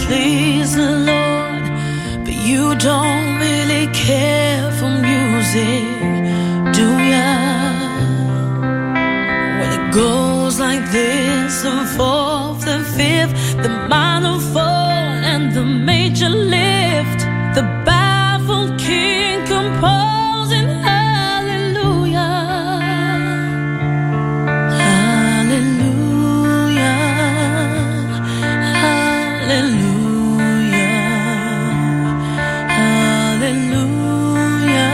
please the Lord, but you don't really care for music, do ya? Well, it goes like this: the fourth, the fifth, the minor fall, and the major lift. The baffled king composing hallelujah, hallelujah, hallelujah, hallelujah,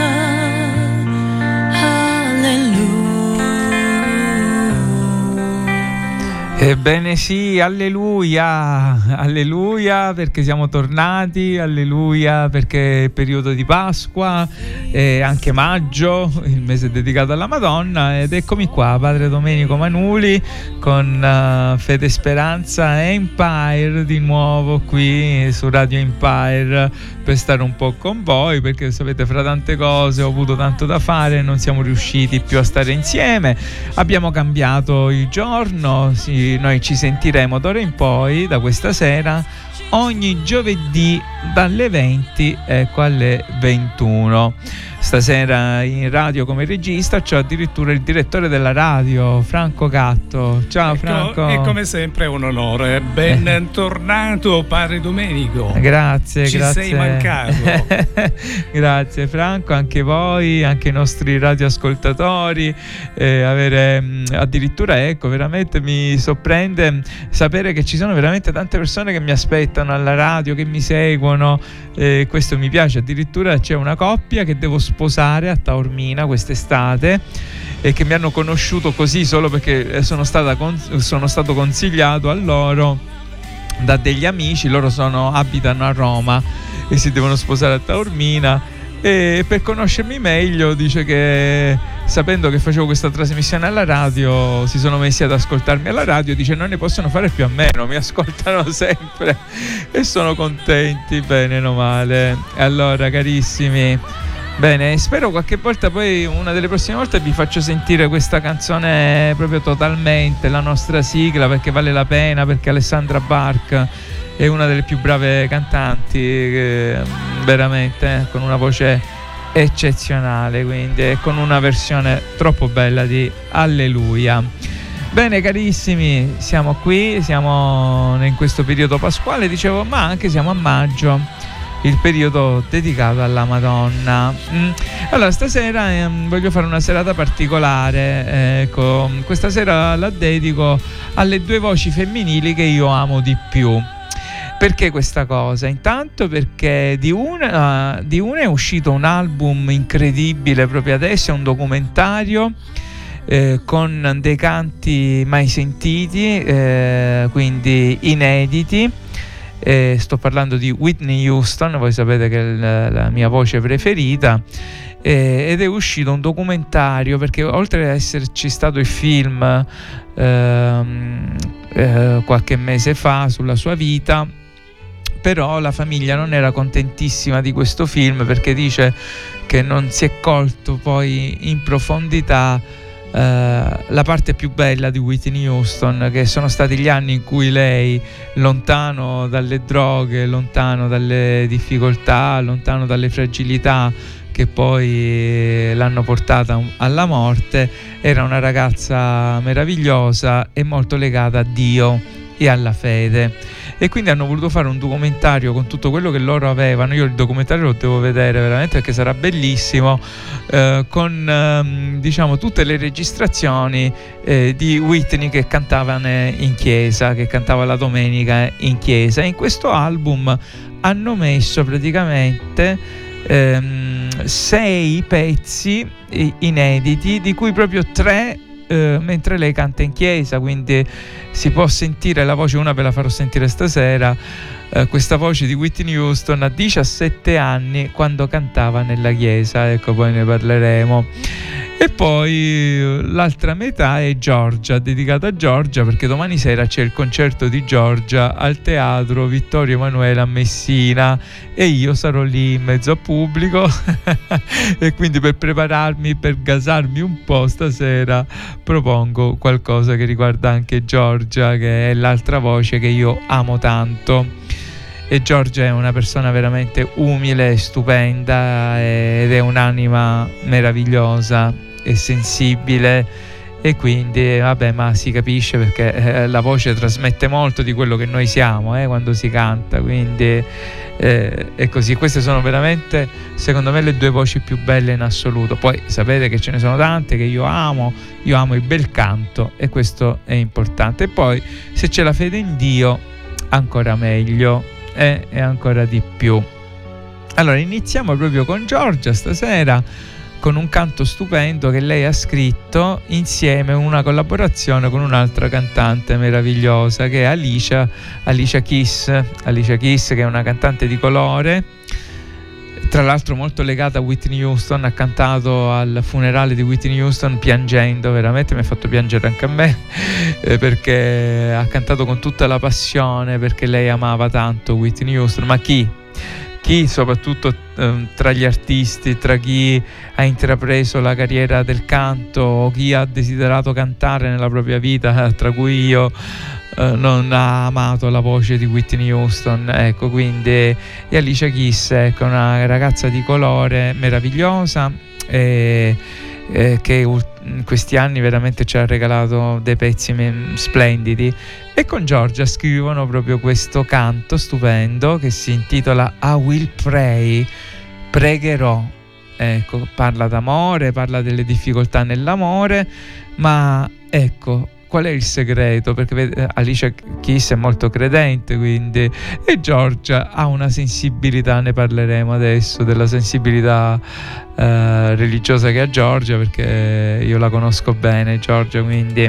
hallelujah. Ebbene sì, alleluia, alleluia perché siamo tornati, alleluia perché è periodo di Pasqua e anche maggio, il mese dedicato alla Madonna, ed eccomi qua, padre Domenico Manuli con Fede Speranza Empire di nuovo qui su Radio Empire per stare un po' con voi, perché sapete, fra tante cose ho avuto tanto da fare e non siamo riusciti più a stare insieme. Abbiamo cambiato il giorno, sì, noi ci sentiremo d'ora in poi, da questa sera, ogni giovedì dalle 20 alle 21. Stasera in radio come regista c'ho addirittura il direttore della radio, Franco Gatto. Ciao Franco. E come sempre è un onore. Bentornato padre Domenico. Grazie, Ci grazie. sei mancato. Grazie Franco, anche voi, anche i nostri radioascoltatori. Avere addirittura, ecco, veramente mi sorprende sapere che ci sono veramente tante persone che mi aspettano alla radio, che mi seguono. Questo mi piace. Addirittura c'è una coppia che devo sposare a Taormina quest'estate e che mi hanno conosciuto così solo perché sono stato consigliato a loro da degli amici. Loro abitano a Roma e si devono sposare a Taormina, e per conoscermi meglio dice che, sapendo che facevo questa trasmissione alla radio, si sono messi ad ascoltarmi alla radio. Dice non ne possono fare più a meno, mi ascoltano sempre e sono contenti, bene o male. Allora carissimi, bene, spero qualche volta, poi una delle prossime volte vi faccio sentire questa canzone proprio totalmente, la nostra sigla, perché vale la pena, perché Alessandra Bark è una delle più brave cantanti, veramente, con una voce eccezionale, quindi è con una versione troppo bella di Alleluia. Bene carissimi, siamo qui, siamo in questo periodo pasquale, dicevo, ma anche siamo a maggio, il periodo dedicato alla Madonna. Allora stasera voglio fare una serata particolare, ecco, questa sera la dedico alle due voci femminili che io amo di più. Perché questa cosa? Intanto perché di una è uscito un album incredibile proprio adesso, è un documentario con dei canti mai sentiti, quindi inediti. Sto parlando di Whitney Houston, voi sapete che è la mia voce preferita, ed è uscito un documentario, perché oltre ad esserci stato il film qualche mese fa sulla sua vita, però la famiglia non era contentissima di questo film, perché dice che non si è colto poi in profondità la parte più bella di Whitney Houston, che sono stati gli anni in cui lei, lontano dalle droghe, lontano dalle difficoltà, lontano dalle fragilità che poi l'hanno portata alla morte, era una ragazza meravigliosa e molto legata a Dio e alla fede, e quindi hanno voluto fare un documentario con tutto quello che loro avevano. Io il documentario lo devo vedere veramente, perché sarà bellissimo, con diciamo tutte le registrazioni di Whitney che cantava in chiesa, che cantava la domenica in chiesa. In questo album hanno messo praticamente 6 pezzi inediti, di cui proprio 3 mentre lei canta in chiesa, quindi si può sentire la voce. Una ve la farò sentire stasera, questa voce di Whitney Houston a 17 anni quando cantava nella chiesa, ecco, poi ne parleremo. E poi l'altra metà è Giorgia, dedicata a Giorgia, perché domani sera c'è il concerto di Giorgia al Teatro Vittorio Emanuele a Messina e io sarò lì in mezzo a pubblico e quindi, per prepararmi, per gasarmi un po' stasera, propongo qualcosa che riguarda anche Giorgia, che è l'altra voce che io amo tanto. e Giorgia è una persona veramente umile e stupenda, ed è un'anima meravigliosa e sensibile, e quindi vabbè, ma si capisce perché la voce trasmette molto di quello che noi siamo quando si canta, quindi è così. Queste sono veramente, secondo me, le due voci più belle in assoluto. Poi sapete che ce ne sono tante che io amo il bel canto, e questo è importante. E poi se c'è la fede in Dio, ancora meglio, e ancora di più. Allora iniziamo proprio con Giorgia stasera, con un canto stupendo che lei ha scritto insieme, una collaborazione con un'altra cantante meravigliosa che è Alicia Keys, che è una cantante di colore, tra l'altro molto legata a Whitney Houston. Ha cantato al funerale di Whitney Houston piangendo, veramente mi ha fatto piangere anche a me, perché ha cantato con tutta la passione, perché lei amava tanto Whitney Houston. Ma chi soprattutto tra gli artisti, tra chi ha intrapreso la carriera del canto, o chi ha desiderato cantare nella propria vita, tra cui io, non ha amato la voce di Whitney Houston. Ecco, quindi e Alicia Keys, ecco, una ragazza di colore meravigliosa, che in questi anni veramente ci ha regalato dei pezzi splendidi, e con Giorgia scrivono proprio questo canto stupendo che si intitola I Will Pray, pregherò. Ecco, parla d'amore, parla delle difficoltà nell'amore, ma ecco, qual è il segreto? Perché Alicia Keys è molto credente, quindi, e Giorgia ha una sensibilità, ne parleremo adesso, della sensibilità religiosa che ha Giorgia, perché io la conosco bene, Giorgia, quindi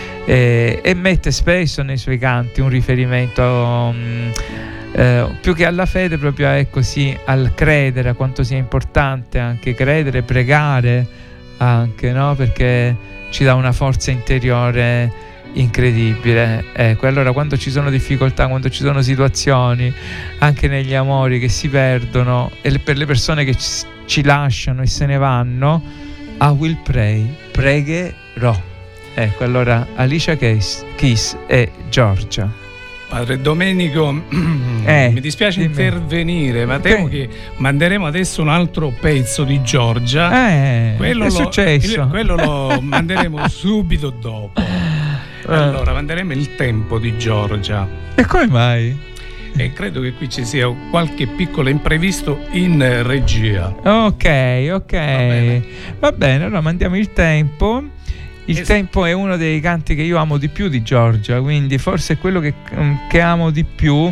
e mette spesso nei suoi canti un riferimento più che alla fede, proprio al credere, a quanto sia importante anche credere, pregare anche, no? Perché ci dà una forza interiore incredibile. Ecco, allora quando ci sono difficoltà, quando ci sono situazioni anche negli amori che si perdono, e per le persone che ci lasciano e se ne vanno, I will pray, pregherò. Ecco, allora Alicia Keys e Giorgia. Padre Domenico, mi dispiace intervenire, ma temo che manderemo adesso un altro pezzo di Giorgia. Quello è successo. Quello lo manderemo subito dopo. Allora, manderemo il tempo di Giorgia. E come mai? E credo che qui ci sia qualche piccolo imprevisto in regia. Ok. Va bene, allora mandiamo il tempo. Il tempo è uno dei canti che io amo di più di Giorgia, quindi forse è quello che amo di più.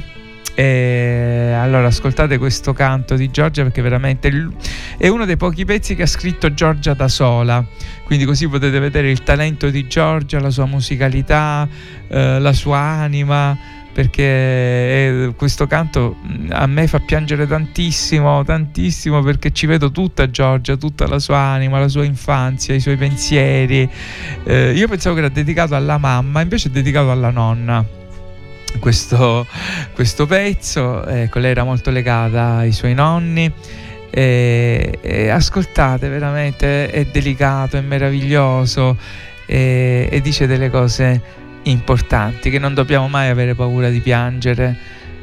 Allora ascoltate questo canto di Giorgia, perché veramente è uno dei pochi pezzi che ha scritto Giorgia da sola, quindi così potete vedere il talento di Giorgia, la sua musicalità, la sua anima, perché questo canto a me fa piangere tantissimo, perché ci vedo tutta Giorgia, tutta la sua anima, la sua infanzia, i suoi pensieri. Io pensavo che era dedicato alla mamma, invece è dedicato alla nonna questo pezzo. Ecco, lei era molto legata ai suoi nonni, e ascoltate, veramente è delicato, è meraviglioso, e dice delle cose importanti, che non dobbiamo mai avere paura di piangere,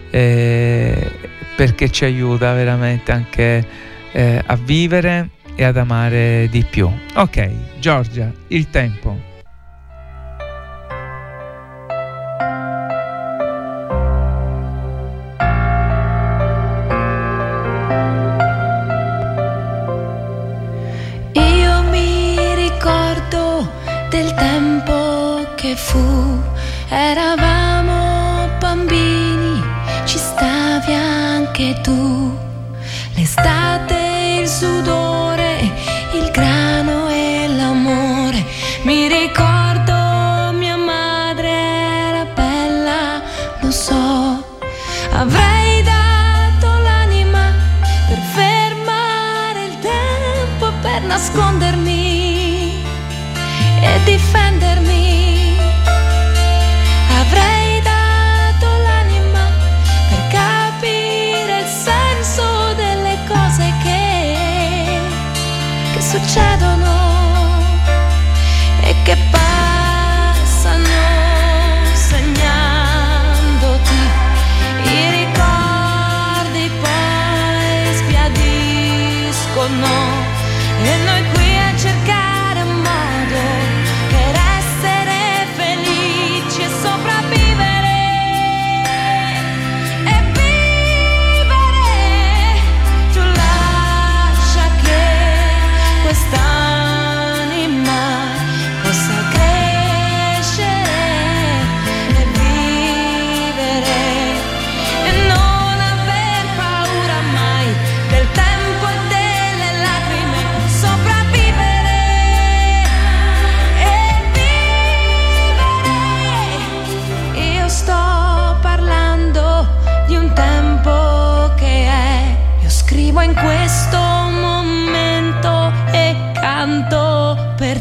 perché ci aiuta veramente anche a vivere e ad amare di più. Ok, Giorgia, il tempo. Io mi ricordo del tempo che fu, eravamo bambini, ci stavi anche tu. L'estate, il sudore, il grano e l'amore. Mi ricordo mia madre era bella, lo so. Avrei dato l'anima per fermare il tempo, per nascondermi e difendermi. Avrei dato l'anima per capire il senso delle cose che succedono e che passano segnandoti i ricordi.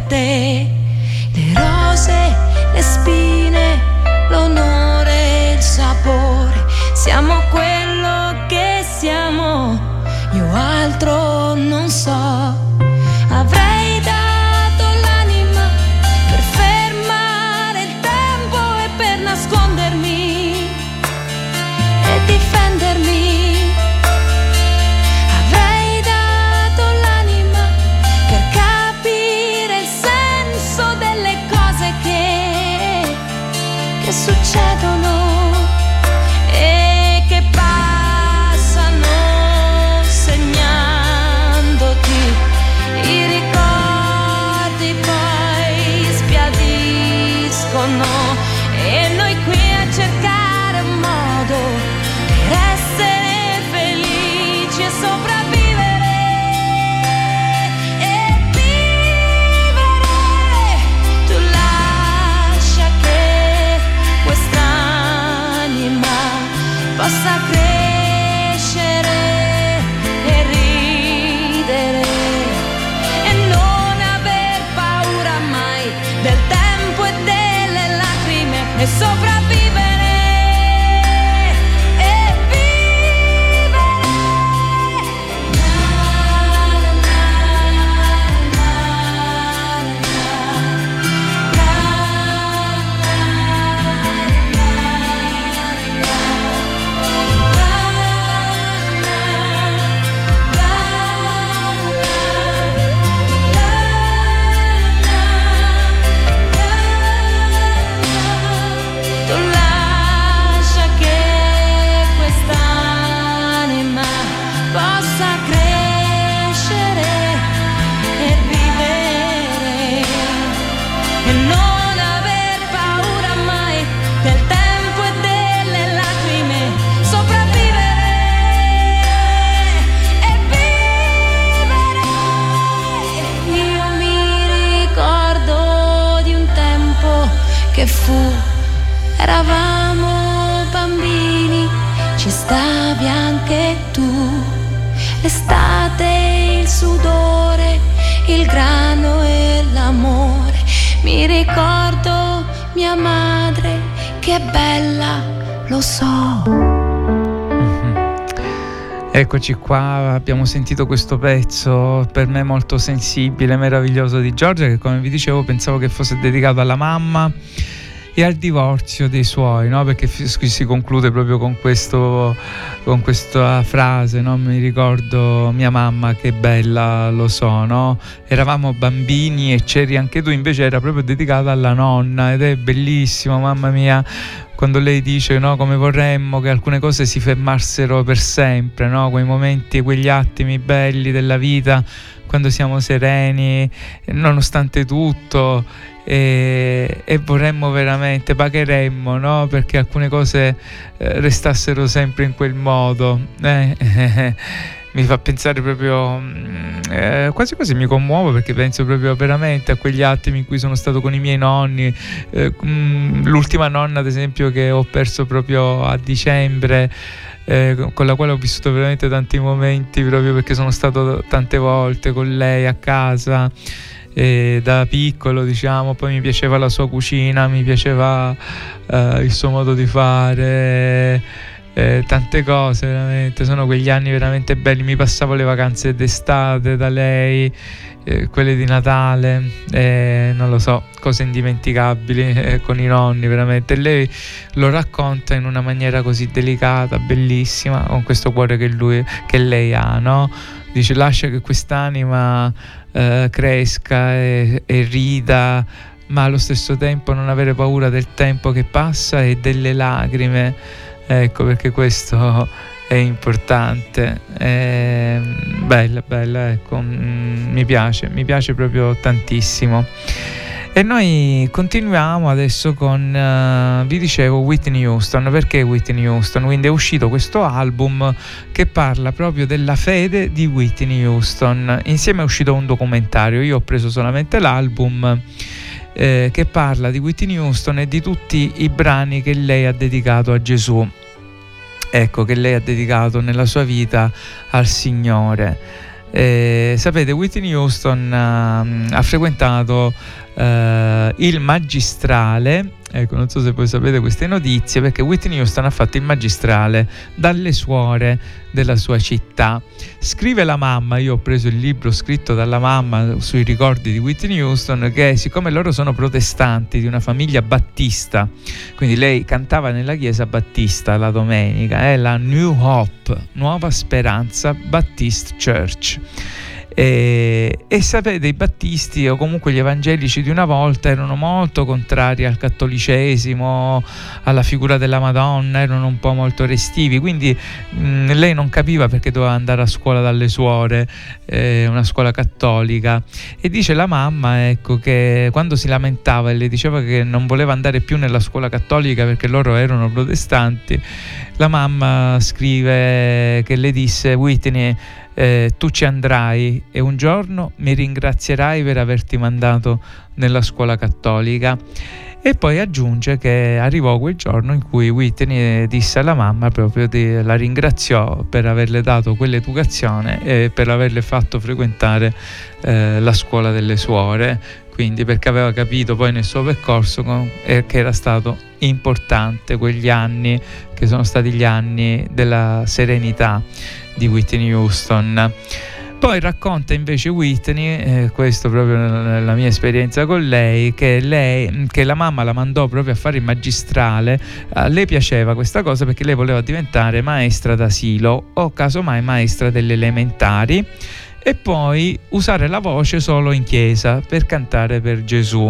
te, le rose, le spine, l'onore, il sapore, siamo quello che siamo, io altro non so. Avrei dato l'anima per fermare il tempo e per nascondermi e difendermi. Avrei dato l'anima per capire il senso delle cose che succedono e che passano segnandoti. I ricordi poi sbiadiscono e noi qui a cercare un modo per essere felici e sopravvivere e vivere. Tu lascia che quest'anima possa crescere e ridere e non aver paura mai del tempo e delle lacrime e sopravvivere e vivere. Tu lascia che quest'anima possa crescere e vivere e non aver paura mai del tempo e delle lacrime, sopravvivere e vivere. Io mi ricordo di un tempo che fu. Eravamo bambini, ci stavi anche tu. L'estate, il sudore, il grano e l'amore. Mi ricordo mia madre, che è bella, lo so. Eccoci qua, abbiamo sentito questo pezzo per me molto sensibile, meraviglioso di Giorgia, che come vi dicevo pensavo che fosse dedicato alla mamma e al divorzio dei suoi, no? Perché si conclude proprio con questa frase, no? Mi ricordo mia mamma, che bella, lo so, no? Eravamo bambini e c'eri anche tu, invece era proprio dedicata alla nonna ed è bellissimo, mamma mia, quando lei dice, no, come vorremmo che alcune cose si fermassero per sempre, no? Quei momenti, quegli attimi belli della vita, quando siamo sereni nonostante tutto, e vorremmo veramente, pagheremmo, no? Perché alcune cose restassero sempre in quel modo. Mi fa pensare proprio, quasi quasi mi commuovo, perché penso proprio veramente a quegli attimi in cui sono stato con i miei nonni, l'ultima nonna ad esempio che ho perso proprio a dicembre, con la quale ho vissuto veramente tanti momenti, proprio perché sono stato tante volte con lei a casa. Da piccolo, diciamo, poi mi piaceva la sua cucina, mi piaceva il suo modo di fare, tante cose, veramente. Sono quegli anni veramente belli. Mi passavo le vacanze d'estate da lei, quelle di Natale, non lo so, cose indimenticabili con i nonni, veramente. E lei lo racconta in una maniera così delicata, bellissima, con questo cuore che lei ha, no? Dice: lascia che quest'anima cresca e rida, ma allo stesso tempo non avere paura del tempo che passa e delle lacrime. Ecco, perché questo è importante. Bella, ecco, mi piace proprio tantissimo. E noi continuiamo adesso con, vi dicevo, Whitney Houston. Perché Whitney Houston? Quindi è uscito questo album che parla proprio della fede di Whitney Houston. Insieme è uscito un documentario. Io ho preso solamente l'album, che parla di Whitney Houston e di tutti i brani che lei ha dedicato a Gesù. Ecco, che lei ha dedicato nella sua vita al Signore. Sapete, Whitney Houston ha frequentato il magistrale. Ecco, non so se voi sapete queste notizie, perché Whitney Houston ha fatto il magistrale dalle suore della sua città. Scrive la mamma, io ho preso il libro scritto dalla mamma sui ricordi di Whitney Houston, che siccome loro sono protestanti, di una famiglia battista, quindi lei cantava nella chiesa battista la domenica, è la New Hope, Nuova Speranza Baptist Church. E sapete, i battisti o comunque gli evangelici di una volta erano molto contrari al cattolicesimo, alla figura della Madonna, erano un po' molto restivi, quindi lei non capiva perché doveva andare a scuola dalle suore, una scuola cattolica, e dice la mamma, ecco, che quando si lamentava e le diceva che non voleva andare più nella scuola cattolica perché loro erano protestanti, la mamma scrive che le disse: Whitney, tu ci andrai e un giorno mi ringrazierai per averti mandato nella scuola cattolica. E poi aggiunge che arrivò quel giorno in cui Whitney disse alla mamma, proprio la ringraziò per averle dato quell'educazione e per averle fatto frequentare la scuola delle suore, quindi perché aveva capito poi nel suo percorso che era stato importante quegli anni, che sono stati gli anni della serenità di Whitney Houston. Poi racconta invece Whitney, questo proprio nella mia esperienza con lei, che la mamma la mandò proprio a fare il magistrale. A lei piaceva questa cosa perché lei voleva diventare maestra d'asilo o casomai maestra delle elementari, e poi usare la voce solo in chiesa per cantare per Gesù.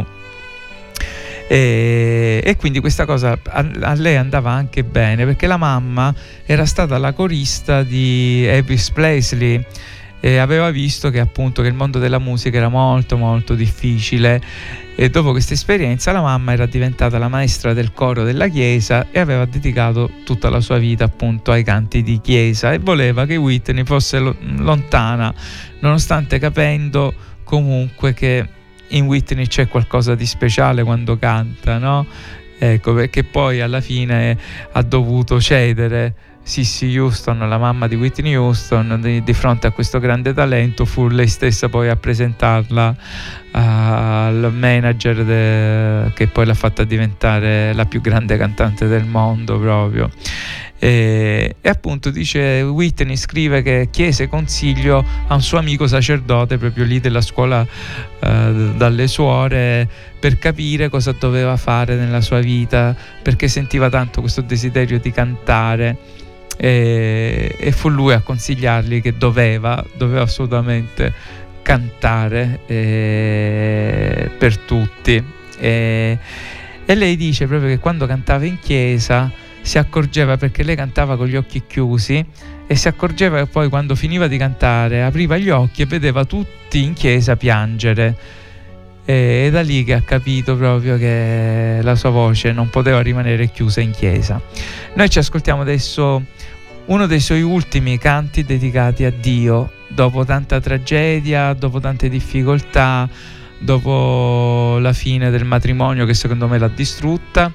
E quindi questa cosa a lei andava anche bene, perché la mamma era stata la corista di Elvis Presley e aveva visto che appunto che il mondo della musica era molto molto difficile, e dopo questa esperienza la mamma era diventata la maestra del coro della chiesa e aveva dedicato tutta la sua vita appunto ai canti di chiesa, e voleva che Whitney fosse lontana, nonostante capendo comunque che in Whitney c'è qualcosa di speciale quando canta, no? Ecco, perché poi alla fine ha dovuto cedere. Sissy Houston, la mamma di Whitney Houston, di fronte a questo grande talento, fu lei stessa poi a presentarla al manager che poi l'ha fatta diventare la più grande cantante del mondo proprio. E appunto dice, Whitney scrive che chiese consiglio a un suo amico sacerdote proprio lì della scuola dalle suore, per capire cosa doveva fare nella sua vita, perché sentiva tanto questo desiderio di cantare, e fu lui a consigliargli che doveva assolutamente cantare per tutti. E lei dice proprio che quando cantava in chiesa si accorgeva, perché lei cantava con gli occhi chiusi, e si accorgeva che poi quando finiva di cantare apriva gli occhi e vedeva tutti in chiesa piangere, e da lì che ha capito proprio che la sua voce non poteva rimanere chiusa in chiesa. Noi ci ascoltiamo adesso uno dei suoi ultimi canti dedicati a Dio, dopo tanta tragedia, dopo tante difficoltà, dopo la fine del matrimonio che secondo me l'ha distrutta.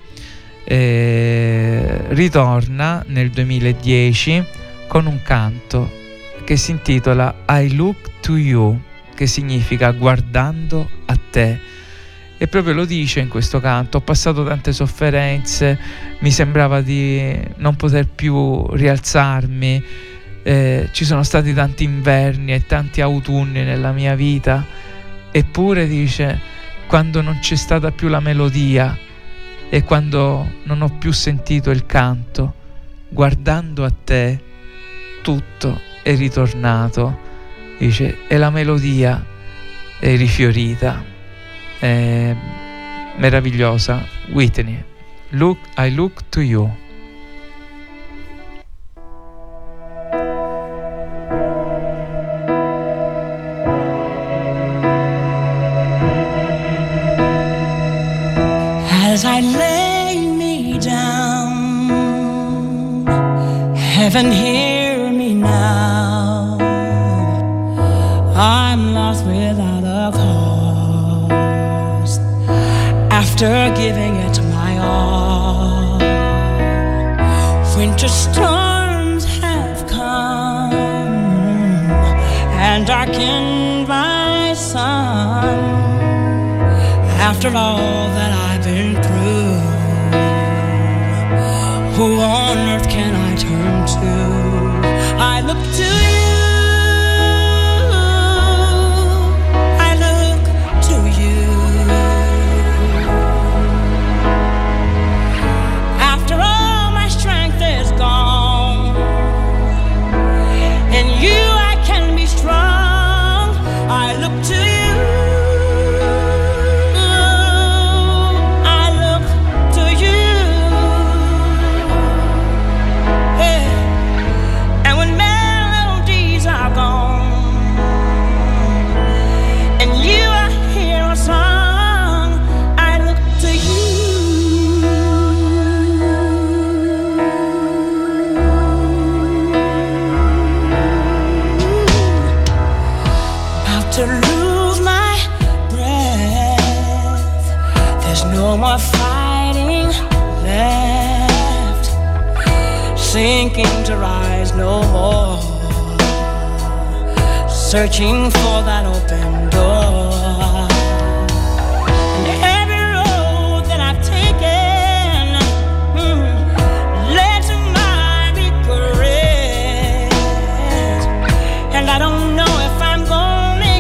Ritorna nel 2010 con un canto che si intitola I Look to You, che significa guardando a te, e proprio lo dice in questo canto: ho passato tante sofferenze, mi sembrava di non poter più rialzarmi, ci sono stati tanti inverni e tanti autunni nella mia vita, eppure dice, quando non c'è stata più la melodia e quando non ho più sentito il canto, guardando a te tutto è ritornato, dice, e la melodia è rifiorita. È meravigliosa. Whitney, I look to you. As I lay me down, heaven hear me now. I'm lost without a cause, after giving it my all. Winter storms have come, and and darkened my sun. After all that I've been through, who on earth can I turn to? I look to you, I look to you. After all my strength is gone, in you I can be strong. I look to you. To lose my breath, there's no more fighting left, sinking to rise no more, searching for that open door. And every road that I've taken led to my regret, and I don't know if I'm going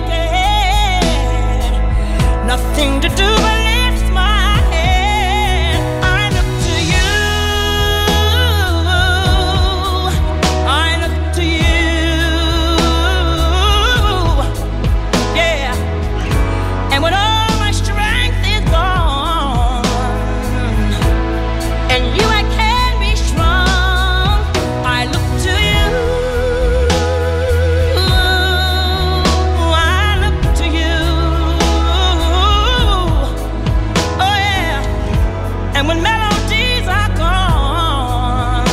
nothing to do but lift my head. I look to you, I look to you, yeah. And when all my strength is gone, and you I can be strong, I look to you. And when melodies are gone,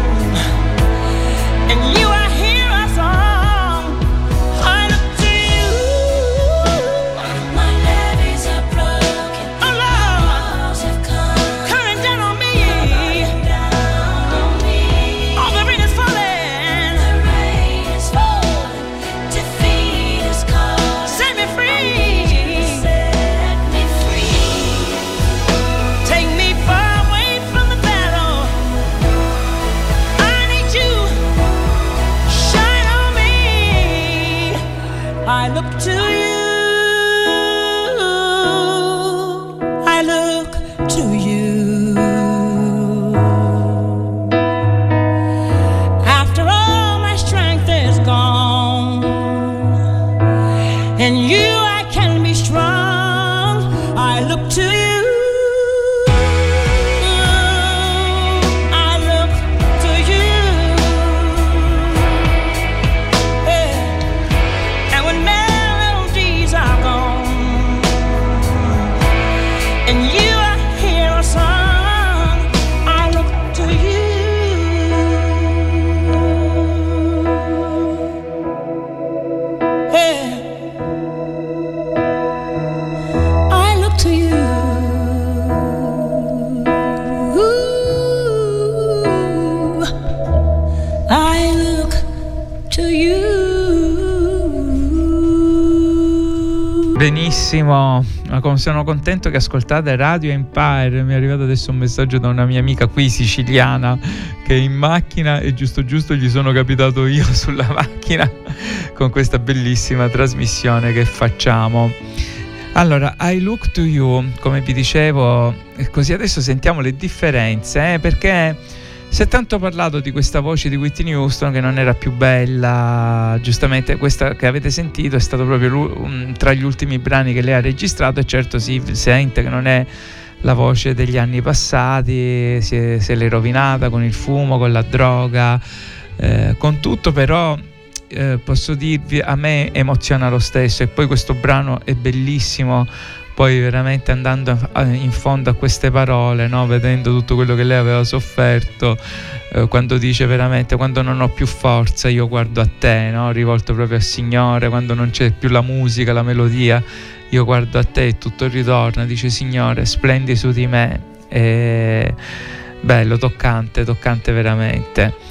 and you I hear a song, I look to you. My levees are broken, oh Lord, walls have come, coming down on me, all the rain is falling, defeat is calling, set me free. I look to you, I look to you. After all my strength is gone, and you I can be strong, I look to you. Benissimo, sono contento che ascoltate Radio Empire. Mi è arrivato adesso un messaggio da una mia amica qui siciliana che è in macchina e giusto gli sono capitato io sulla macchina con questa bellissima trasmissione che facciamo. Allora, I Look to You, come vi dicevo, così adesso sentiamo le differenze, perché si è tanto parlato di questa voce di Whitney Houston che non era più bella. Giustamente questa che avete sentito è stato proprio tra gli ultimi brani che lei ha registrato, e certo si sente che non è la voce degli anni passati, se l'è rovinata con il fumo, con la droga, con tutto, però posso dirvi, a me emoziona lo stesso. E poi questo brano è bellissimo, poi veramente andando in fondo a queste parole, no? Vedendo tutto quello che lei aveva sofferto, quando dice veramente: quando non ho più forza io guardo a te, no? Rivolto proprio al Signore, quando non c'è più la musica, la melodia, io guardo a te e tutto ritorna. Dice: Signore, splendi su di me. Bello, toccante veramente.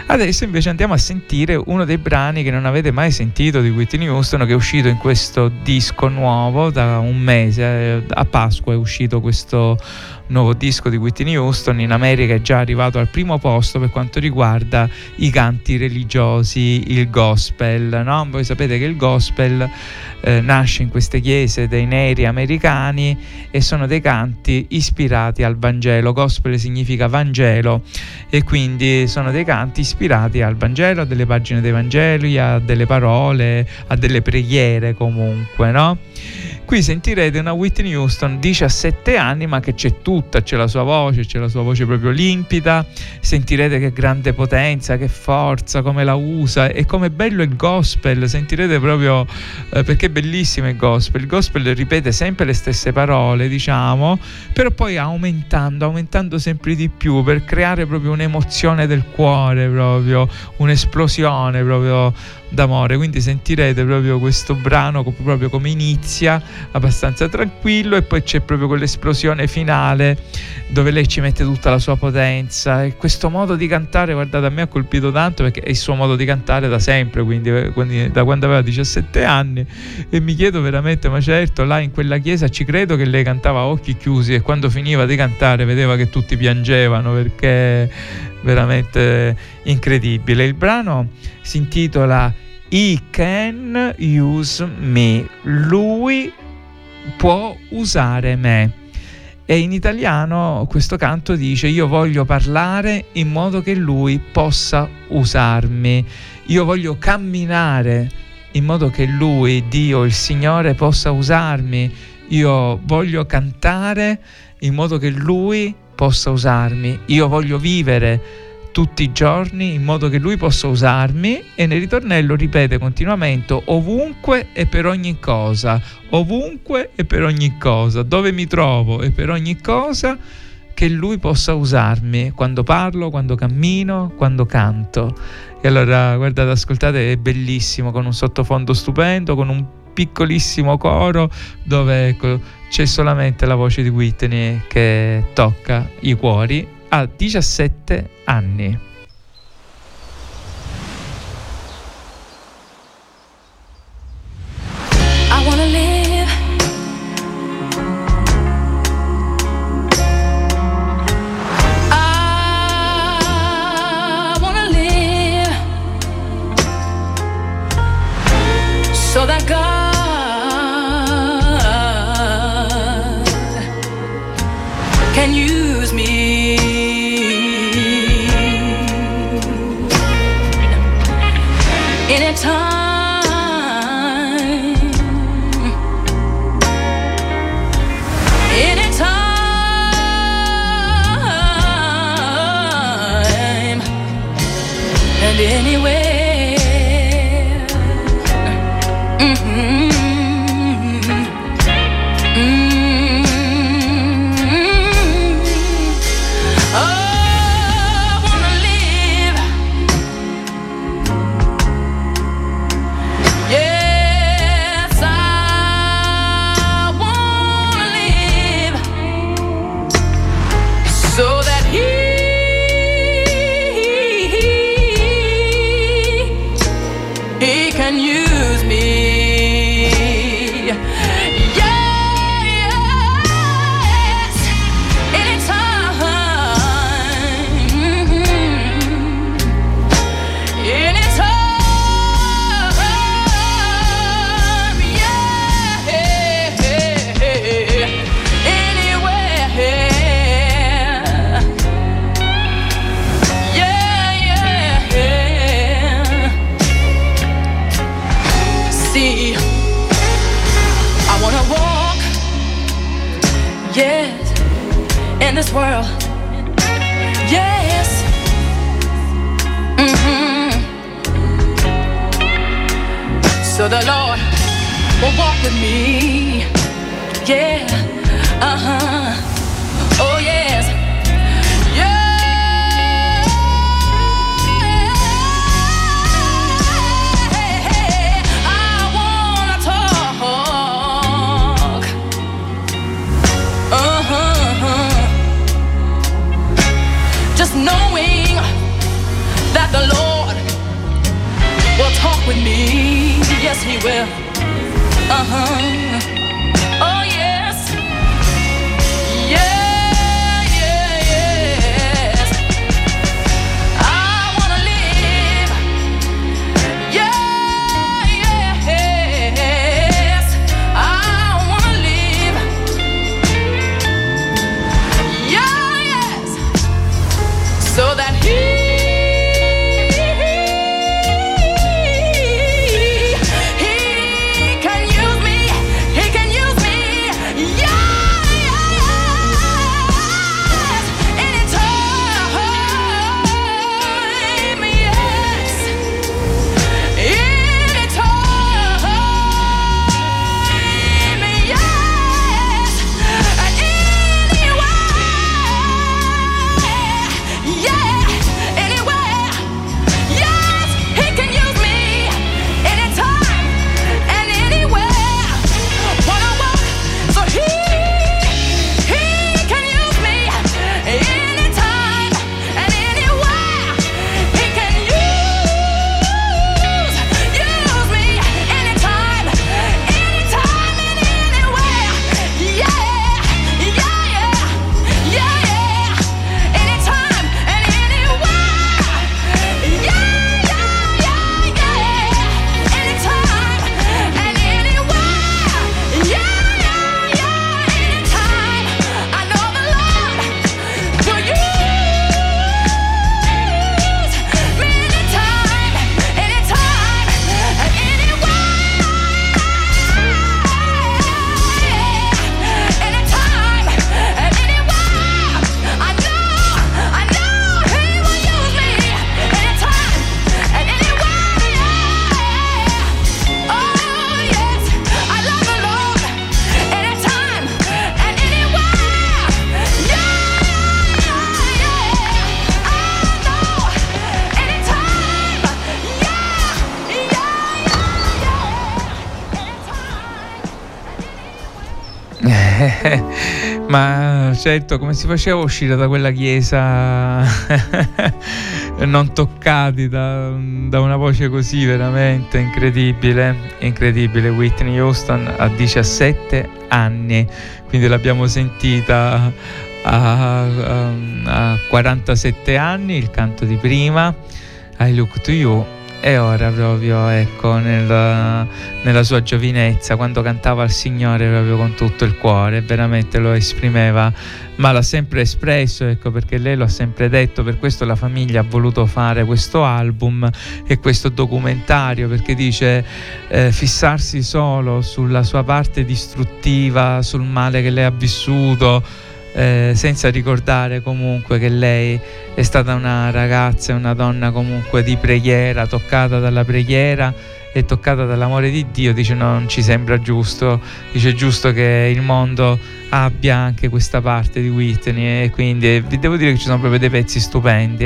Adesso invece andiamo a sentire uno dei brani che non avete mai sentito di Whitney Houston, che è uscito in questo disco nuovo da un mese, a Pasqua è uscito questo nuovo disco di Whitney Houston. In America è già arrivato al primo posto per quanto riguarda i canti religiosi, il gospel, no? Voi sapete che il gospel nasce in queste chiese dei neri americani e sono dei canti ispirati al Vangelo. Gospel significa Vangelo e quindi sono dei canti ispirati al Vangelo, a delle pagine dei Vangeli, a delle parole, a delle preghiere comunque, no? Qui sentirete una Whitney Houston 17 anni, ma che c'è tutta, c'è la sua voce proprio limpida, sentirete che grande potenza, che forza, come la usa e come bello il gospel, sentirete proprio perché è bellissimo il gospel ripete sempre le stesse parole, diciamo, però poi aumentando sempre di più per creare proprio un'emozione del cuore, proprio un'esplosione proprio d'amore. Quindi sentirete proprio questo brano proprio come inizia, abbastanza tranquillo, e poi c'è proprio quell'esplosione finale dove lei ci mette tutta la sua potenza, e questo modo di cantare, guardate, a me ha colpito tanto perché è il suo modo di cantare da sempre, quindi da quando aveva 17 anni, e mi chiedo veramente, ma certo, là in quella chiesa ci credo che lei cantava a occhi chiusi e quando finiva di cantare vedeva che tutti piangevano, perché veramente incredibile. Il brano si intitola He Can Use Me, lui può usare me, e in italiano questo canto dice: io voglio parlare in modo che lui possa usarmi, io voglio camminare in modo che lui, Dio, il Signore, possa usarmi, io voglio cantare in modo che lui possa usarmi, io voglio vivere tutti i giorni in modo che lui possa usarmi. E nel ritornello ripete continuamente: ovunque e per ogni cosa, ovunque e per ogni cosa, dove mi trovo e per ogni cosa, che lui possa usarmi, quando parlo, quando cammino, quando canto. E allora guardate, ascoltate, è bellissimo, con un sottofondo stupendo, con un piccolissimo coro dove, ecco, c'è solamente la voce di Whitney che tocca i cuori a 17 anni. I wanna live, I wanna live so that God can use me. Anytime and anywhere. Mm-hmm. In this world, yes, mm-hmm. So the Lord will walk with me, yeah, uh-huh, oh yes, yeah, I wanna talk, uh-huh. Just knowing that the Lord anywhere. Oh yes, yeah, yeah, yes. I wanna live. Yeah, yes. I wanna live. Yeah, yes. So that he can use me. He can use me. Yeah, yes. Anytime, yes. Anytime, yes. Anywhere, yeah. Anywhere, yes. He can use me. Anytime and anywhere. Wanna walk, so he can use me. Anytime and anywhere. He can use me. Anytime and anywhere. Yeah, yeah, yeah, yeah, yeah. Anytime and anywhere. Yeah, yeah, yeah, yeah. Anytime and anywhere. Yeah, yeah, yeah. Anytime. I know the Lord will use me. Anytime, anytime and anywhere. Anytime and anywhere. I know He will use me. Anytime and anywhere. Oh yes, I love the Lord. Anytime and anywhere. Yeah, yeah, I know. Anytime. Yeah, Ma certo, come si faceva a uscire da quella chiesa non toccati da una voce così veramente incredibile, incredibile. Whitney Houston a 17 anni, quindi l'abbiamo sentita a 47 anni, il canto di prima, I Look to You, e ora proprio, ecco, nella sua giovinezza, quando cantava al Signore proprio con tutto il cuore, veramente lo esprimeva, ma l'ha sempre espresso, ecco, perché lei lo ha sempre detto. Per questo la famiglia ha voluto fare questo album e questo documentario, perché dice fissarsi solo sulla sua parte distruttiva, sul male che lei ha vissuto, senza ricordare comunque che lei è stata una ragazza e una donna comunque di preghiera, toccata dalla preghiera e toccata dall'amore di Dio. Dice non ci sembra giusto, dice è giusto che il mondo abbia anche questa parte di Whitney, e quindi vi devo dire che ci sono proprio dei pezzi stupendi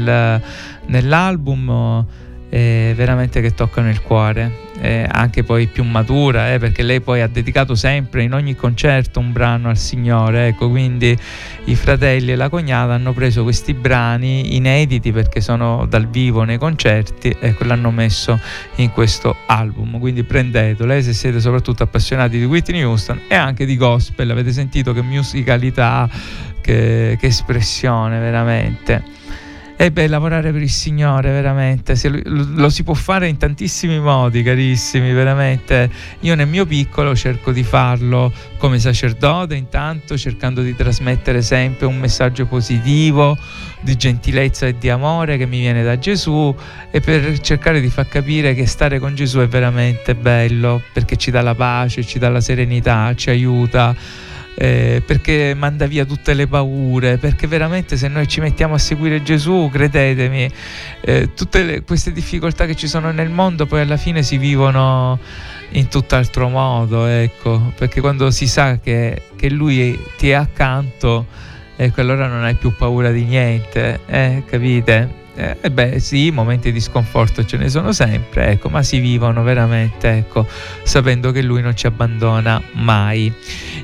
nell'album, veramente che toccano il cuore, anche poi più matura, perché lei poi ha dedicato sempre in ogni concerto un brano al Signore, ecco, quindi i fratelli e la cognata hanno preso questi brani inediti perché sono dal vivo nei concerti, ecco, l'hanno messo in questo album, quindi prendetelo, se siete soprattutto appassionati di Whitney Houston e anche di gospel. Avete sentito che musicalità, che espressione veramente. E lavorare per il Signore veramente lo si può fare in tantissimi modi, carissimi, veramente. Io nel mio piccolo cerco di farlo come sacerdote, intanto cercando di trasmettere sempre un messaggio positivo di gentilezza e di amore che mi viene da Gesù, e per cercare di far capire che stare con Gesù è veramente bello, perché ci dà la pace, ci dà la serenità, ci aiuta, perché manda via tutte le paure, perché veramente se noi ci mettiamo a seguire Gesù, credetemi, tutte queste difficoltà che ci sono nel mondo poi alla fine si vivono in tutt'altro modo, ecco, perché quando si sa che Lui ti è accanto, ecco, allora non hai più paura di niente, capite? Sì, momenti di sconforto ce ne sono sempre, ecco, ma si vivono veramente, ecco, sapendo che Lui non ci abbandona mai.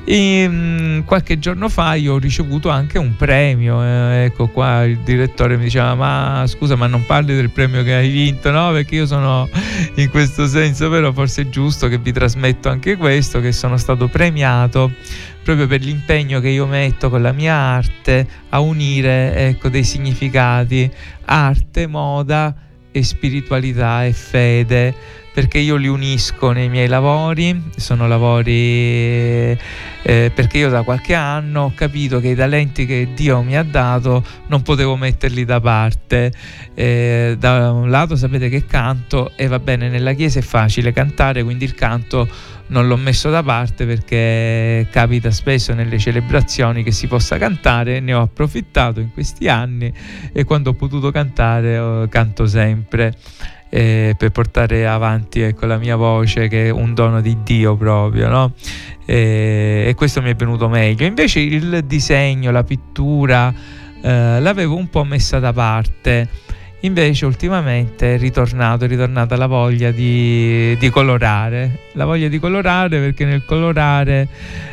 Qualche giorno fa io ho ricevuto anche un premio, ecco qua il direttore mi diceva: ma scusa, ma non parli del premio che hai vinto, no? Perché io sono in questo senso, però forse è giusto che vi trasmetto anche questo, che sono stato premiato proprio per l'impegno che io metto con la mia arte a unire, ecco, dei significati: arte, moda e spiritualità e fede, perché io li unisco nei miei lavori. Sono lavori perché io da qualche anno ho capito che i talenti che Dio mi ha dato non potevo metterli da parte. Da un lato sapete che canto, e va bene, nella chiesa è facile cantare, quindi il canto non l'ho messo da parte, perché capita spesso nelle celebrazioni che si possa cantare. Ne ho approfittato in questi anni, e quando ho potuto cantare canto sempre, per portare avanti, ecco, la mia voce, che è un dono di Dio proprio, no? E questo mi è venuto meglio. Invece il disegno, la pittura, l'avevo un po' messa da parte. Invece ultimamente è ritornata la voglia di colorare. La voglia di colorare, perché nel colorare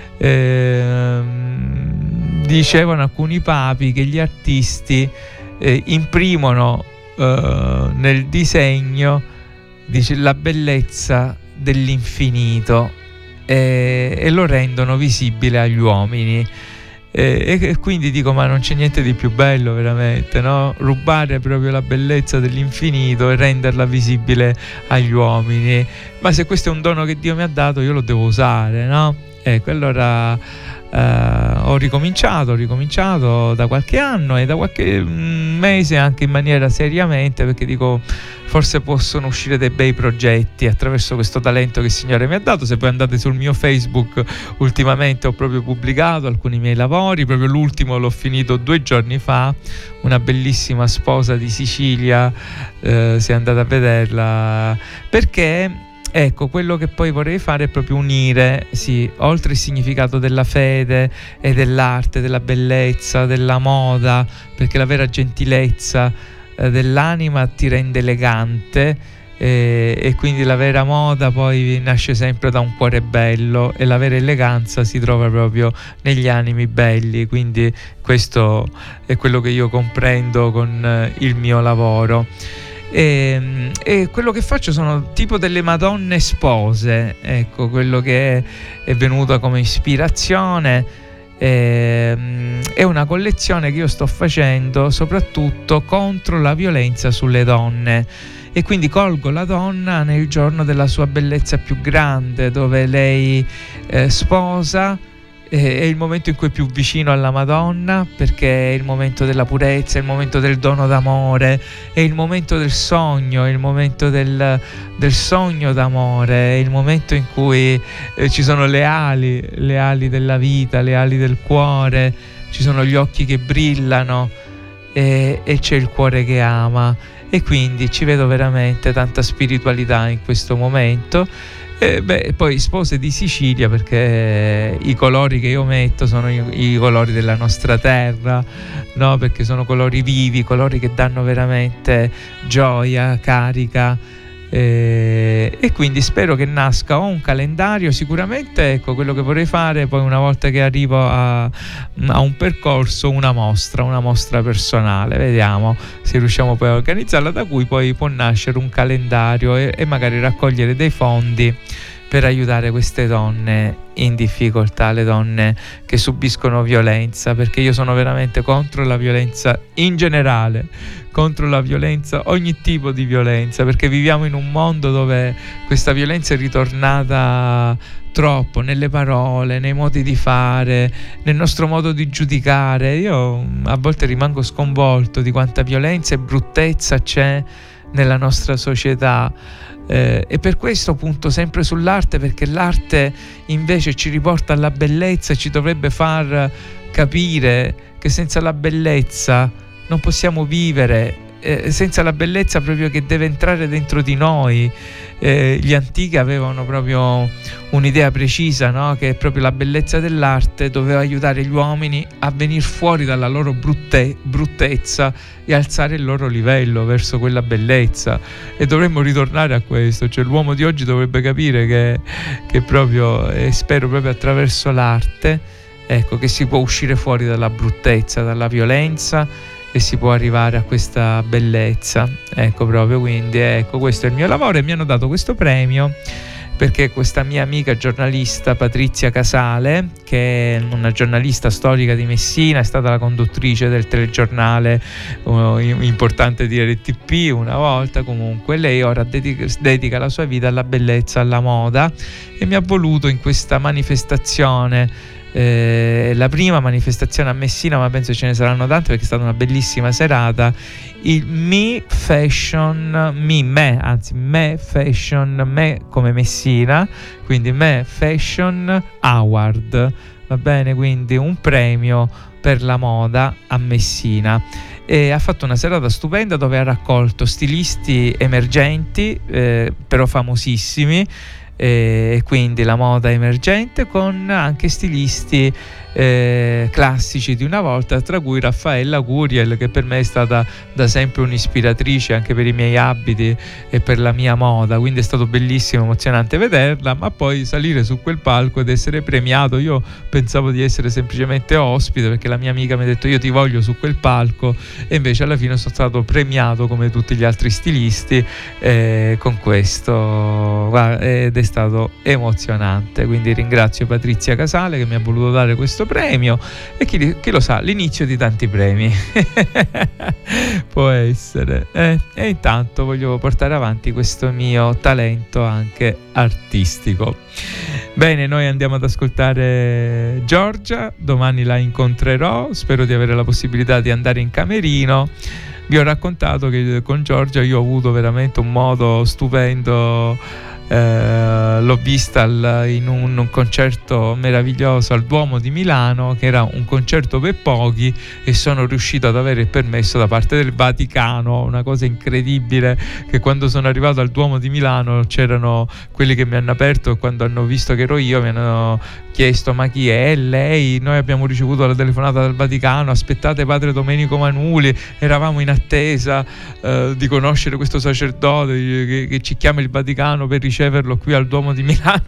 dicevano alcuni papi che gli artisti imprimono nel disegno, dice, la bellezza dell'infinito, e lo rendono visibile agli uomini. E quindi dico, ma non c'è niente di più bello veramente, no? Rubare proprio la bellezza dell'infinito e renderla visibile agli uomini. Ma se questo è un dono che Dio mi ha dato, io lo devo usare, no? Ecco, allora ho ricominciato da qualche anno, e da qualche mese anche in maniera seriamente, perché dico, forse possono uscire dei bei progetti attraverso questo talento che il Signore mi ha dato. Se poi andate sul mio Facebook, ultimamente ho proprio pubblicato alcuni miei lavori. Proprio l'ultimo l'ho finito 2 giorni fa, una bellissima sposa di Sicilia, se andate a vederla, perché ecco, quello che poi vorrei fare è proprio unire, sì, oltre il significato della fede e dell'arte, della bellezza, della moda, perché la vera gentilezza dell'anima ti rende elegante, e quindi la vera moda poi nasce sempre da un cuore bello, e la vera eleganza si trova proprio negli animi belli. Quindi questo è quello che io comprendo con il mio lavoro. E quello che faccio sono tipo delle Madonne spose, ecco, quello che è venuto come ispirazione. È una collezione che io sto facendo soprattutto contro la violenza sulle donne, e quindi colgo la donna nel giorno della sua bellezza più grande, dove lei sposa. È il momento in cui è più vicino alla Madonna, perché è il momento della purezza, è il momento del dono d'amore, è il momento del sogno, è il momento del sogno d'amore, è il momento in cui ci sono le ali della vita, le ali del cuore, ci sono gli occhi che brillano, e c'è il cuore che ama. E quindi ci vedo veramente tanta spiritualità in questo momento. Poi spose di Sicilia, perché i colori che io metto sono i colori della nostra terra, no? Perché sono colori vivi, colori che danno veramente gioia, carica, e quindi spero che nasca un calendario. Sicuramente, ecco, quello che vorrei fare poi, una volta che arrivo a un percorso, una mostra personale. Vediamo se riusciamo poi a organizzarla, da cui poi può nascere un calendario, e magari raccogliere dei fondi per aiutare queste donne in difficoltà, le donne che subiscono violenza, perché io sono veramente contro la violenza in generale, contro la violenza, ogni tipo di violenza, perché viviamo in un mondo dove questa violenza è ritornata troppo nelle parole, nei modi di fare, nel nostro modo di giudicare. Io a volte rimango sconvolto di quanta violenza e bruttezza c'è nella nostra società. E per questo punto sempre sull'arte, perché l'arte invece ci riporta alla bellezza e ci dovrebbe far capire che senza la bellezza non possiamo vivere, senza la bellezza proprio che deve entrare dentro di noi. Gli antichi avevano proprio un'idea precisa, no? Che proprio la bellezza dell'arte doveva aiutare gli uomini a venire fuori dalla loro bruttezza e alzare il loro livello verso quella bellezza, e dovremmo ritornare a questo, cioè l'uomo di oggi dovrebbe capire che proprio, spero proprio attraverso l'arte, ecco, che si può uscire fuori dalla bruttezza, dalla violenza, e si può arrivare a questa bellezza, ecco, proprio. Quindi ecco, questo è il mio lavoro, e mi hanno dato questo premio perché questa mia amica giornalista Patrizia Casale, che è una giornalista storica di Messina, è stata la conduttrice del telegiornale importante di RTP una volta, comunque lei ora dedica la sua vita alla bellezza, alla moda, e mi ha voluto in questa manifestazione, la prima manifestazione a Messina, ma penso ce ne saranno tante perché è stata una bellissima serata, il Me Fashion come Messina, quindi Me Fashion Award, va bene, quindi un premio per la moda a Messina. E ha fatto una serata stupenda dove ha raccolto stilisti emergenti, però famosissimi, e quindi la moda emergente, con anche stilisti classici di una volta, tra cui Raffaella Curiel, che per me è stata da sempre un'ispiratrice anche per i miei abiti e per la mia moda, quindi è stato bellissimo, emozionante vederla, ma poi salire su quel palco ed essere premiato. Io pensavo di essere semplicemente ospite, perché la mia amica mi ha detto io ti voglio su quel palco, e invece alla fine sono stato premiato come tutti gli altri stilisti con questo, ed è stato emozionante. Quindi ringrazio Patrizia Casale che mi ha voluto dare questo premio, e chi lo sa, l'inizio di tanti premi può essere, e intanto voglio portare avanti questo mio talento anche artistico. Bene, noi andiamo ad ascoltare Giorgia, domani la incontrerò, spero di avere la possibilità di andare in camerino. Vi ho raccontato che con Giorgia io ho avuto veramente un modo stupendo. L'ho vista in un concerto meraviglioso al Duomo di Milano, che era un concerto per pochi, e sono riuscito ad avere il permesso da parte del Vaticano. Una cosa incredibile, che quando sono arrivato al Duomo di Milano c'erano quelli che mi hanno aperto, e quando hanno visto che ero io mi hanno chiesto ma chi è lei, noi abbiamo ricevuto la telefonata dal Vaticano, aspettate padre Domenico Manuli, eravamo in attesa di conoscere questo sacerdote che ci chiama il Vaticano per riceverlo qui al Duomo di Milano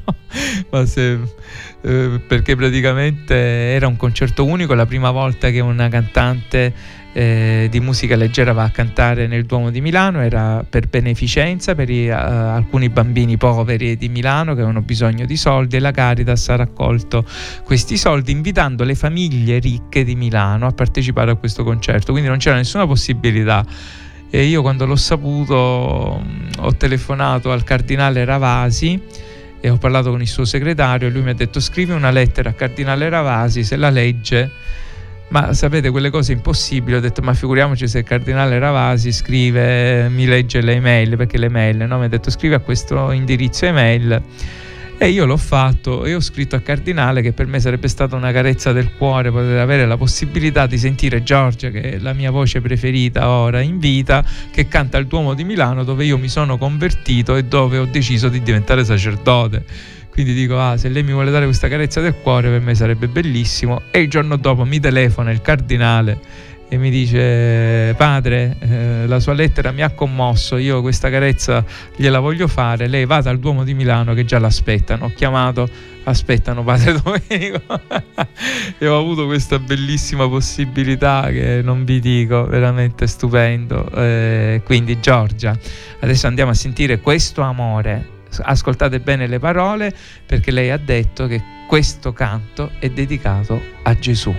perché praticamente era un concerto unico, la prima volta che una cantante di musica leggera va a cantare nel Duomo di Milano. Era per beneficenza per alcuni bambini poveri di Milano che avevano bisogno di soldi, e la Caritas ha raccolto questi soldi invitando le famiglie ricche di Milano a partecipare a questo concerto, quindi non c'era nessuna possibilità. E io, quando l'ho saputo, ho telefonato al cardinale Ravasi e ho parlato con il suo segretario, e lui mi ha detto scrivi una lettera al cardinale Ravasi, se la legge. Ma sapete, quelle cose impossibili. Ho detto ma figuriamoci se il cardinale Ravasi scrive, mi legge le email, perché le email, no? Mi ha detto scrivi a questo indirizzo email, e io l'ho fatto, e ho scritto al cardinale che per me sarebbe stata una carezza del cuore poter avere la possibilità di sentire Giorgia, che è la mia voce preferita ora in vita, che canta al Duomo di Milano, dove io mi sono convertito e dove ho deciso di diventare sacerdote. Quindi dico, se lei mi vuole dare questa carezza del cuore, per me sarebbe bellissimo. E il giorno dopo mi telefona il cardinale e mi dice padre, la sua lettera mi ha commosso, io questa carezza gliela voglio fare, lei vada al Duomo di Milano che già l'aspettano. Ho chiamato, aspettano padre Domenico e ho avuto questa bellissima possibilità che non vi dico, veramente stupendo. Quindi Giorgia, adesso andiamo a sentire Questo amore. Ascoltate bene le parole, perché lei ha detto che questo canto è dedicato a Gesù.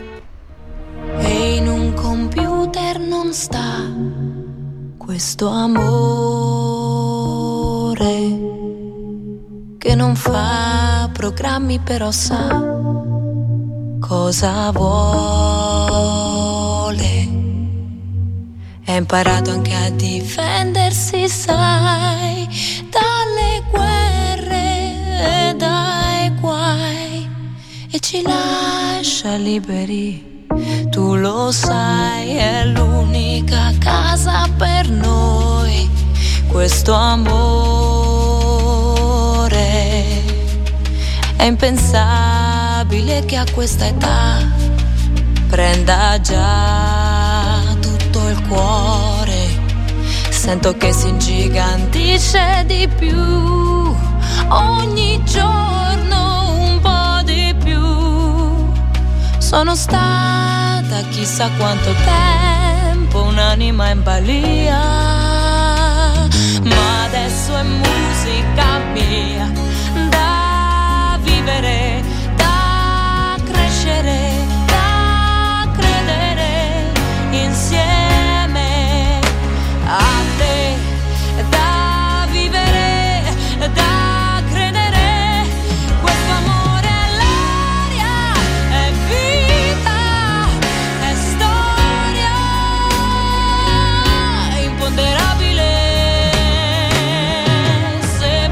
E in un computer non sta questo amore che non fa programmi, però sa cosa vuole. Ha imparato anche a difendersi, sai, dalle guerre e dai guai, e ci lascia liberi tu lo sai, è l'unica casa per noi, questo amore. È impensabile che a questa età prenda già tutto il cuore. Sento che si ingigantisce di più, ogni giorno un po' di più. Sono stata chissà quanto tempo un'anima in balia, ma adesso è musica mia, da vivere, da crescere, da credere insieme a te, da vivere, da credere. Questo amore è l'aria, è vita, è storia imponderabile. Se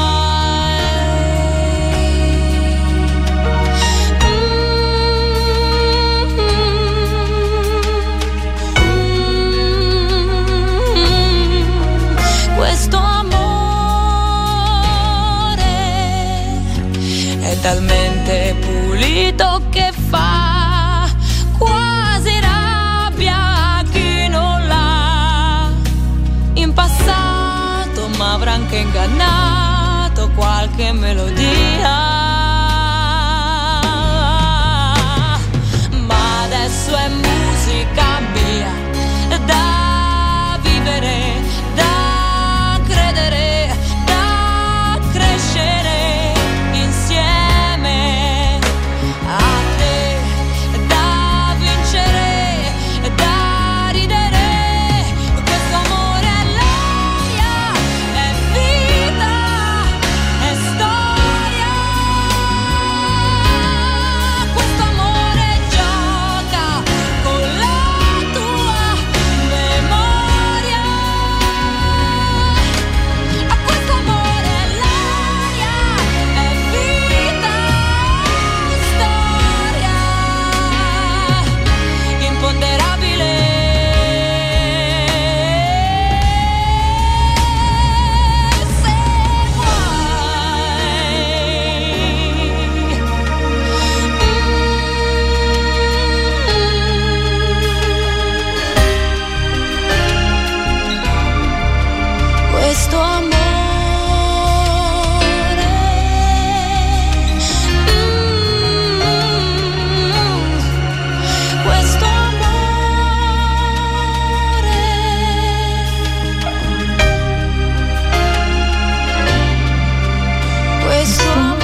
questo amore è talmente pulito che fa quasi rabbia a chi non l'ha in passato, ma avrà anche ingannato qualche melodia. Ma adesso è musica mia, da vivere, da credere, da crescere insieme a te, da vincere, da ridere. Questo amore è l'aria, è vita, è storia. Questo amore gioca con la tua memoria. A questo amore è l'aria, è vita, è storia imponderabile. Se vuoi questo amore, questo amore, questo amore.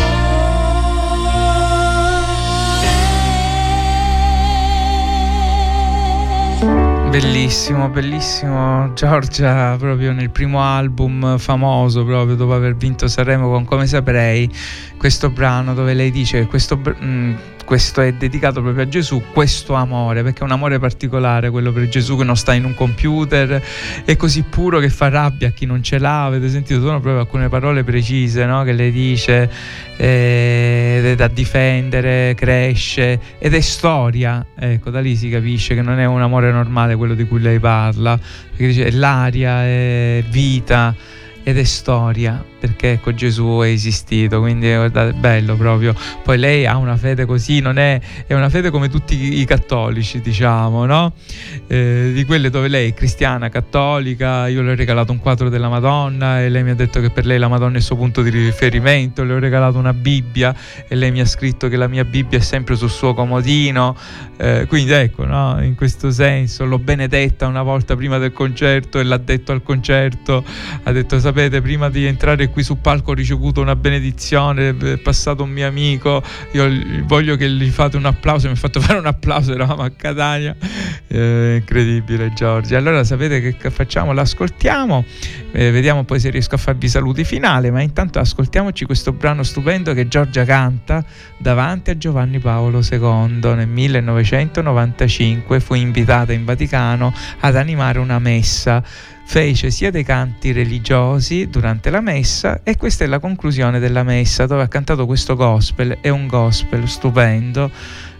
Bellissimo, bellissimo. Giorgia, proprio nel primo album famoso, proprio dopo aver vinto Sanremo con Come Saprei, questo brano dove lei dice che questo è dedicato proprio a Gesù, questo amore, perché è un amore particolare quello per Gesù, che non sta in un computer, è così puro che fa rabbia a chi non ce l'ha. Avete sentito? Sono proprio alcune parole precise, no? Che lei dice, ed è da difendere, cresce ed è storia. Ecco, da lì si capisce che non è un amore normale quello di cui lei parla, perché dice l'aria è vita ed è storia, perché ecco Gesù è esistito, quindi guardate, è bello proprio. Poi lei ha una fede così, non è una fede come tutti i cattolici, diciamo, no? Di quelle dove lei è cristiana, cattolica. Io le ho regalato un quadro della Madonna e lei mi ha detto che per lei la Madonna è il suo punto di riferimento. Le ho regalato una Bibbia e lei mi ha scritto che la mia Bibbia è sempre sul suo comodino, quindi ecco, no? In questo senso l'ho benedetta una volta prima del concerto e l'ha detto al concerto, ha detto: sapete, prima di entrare qui sul palco ho ricevuto una benedizione, è passato un mio amico, io voglio che gli fate un applauso. Mi ha fatto fare un applauso, eravamo a Catania. Incredibile, Giorgia. Allora sapete che facciamo? L'ascoltiamo, vediamo poi se riesco a farvi saluti finali, ma intanto ascoltiamoci questo brano stupendo che Giorgia canta davanti a Giovanni Paolo II. Nel 1995 fu invitata in Vaticano ad animare una messa. Fece sia dei canti religiosi durante la messa, e questa è la conclusione della messa, dove ha cantato questo gospel. È un gospel stupendo,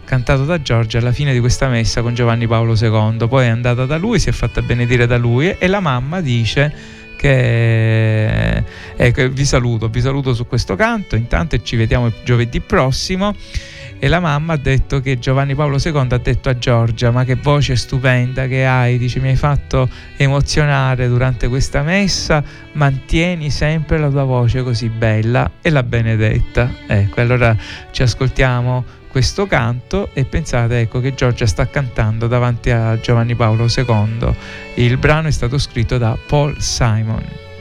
cantato da Giorgia alla fine di questa messa con Giovanni Paolo II. Poi è andata da lui, si è fatta benedire da lui, e la mamma dice che vi saluto su questo canto intanto, e ci vediamo giovedì prossimo. E la mamma ha detto che Giovanni Paolo II ha detto a Giorgia: ma che voce stupenda che hai, dice, mi hai fatto emozionare durante questa messa, mantieni sempre la tua voce così bella, e l'ha benedetta. Ecco, allora ci ascoltiamo questo canto e pensate, ecco, che Giorgia sta cantando davanti a Giovanni Paolo II. Il brano è stato scritto da Paul Simon.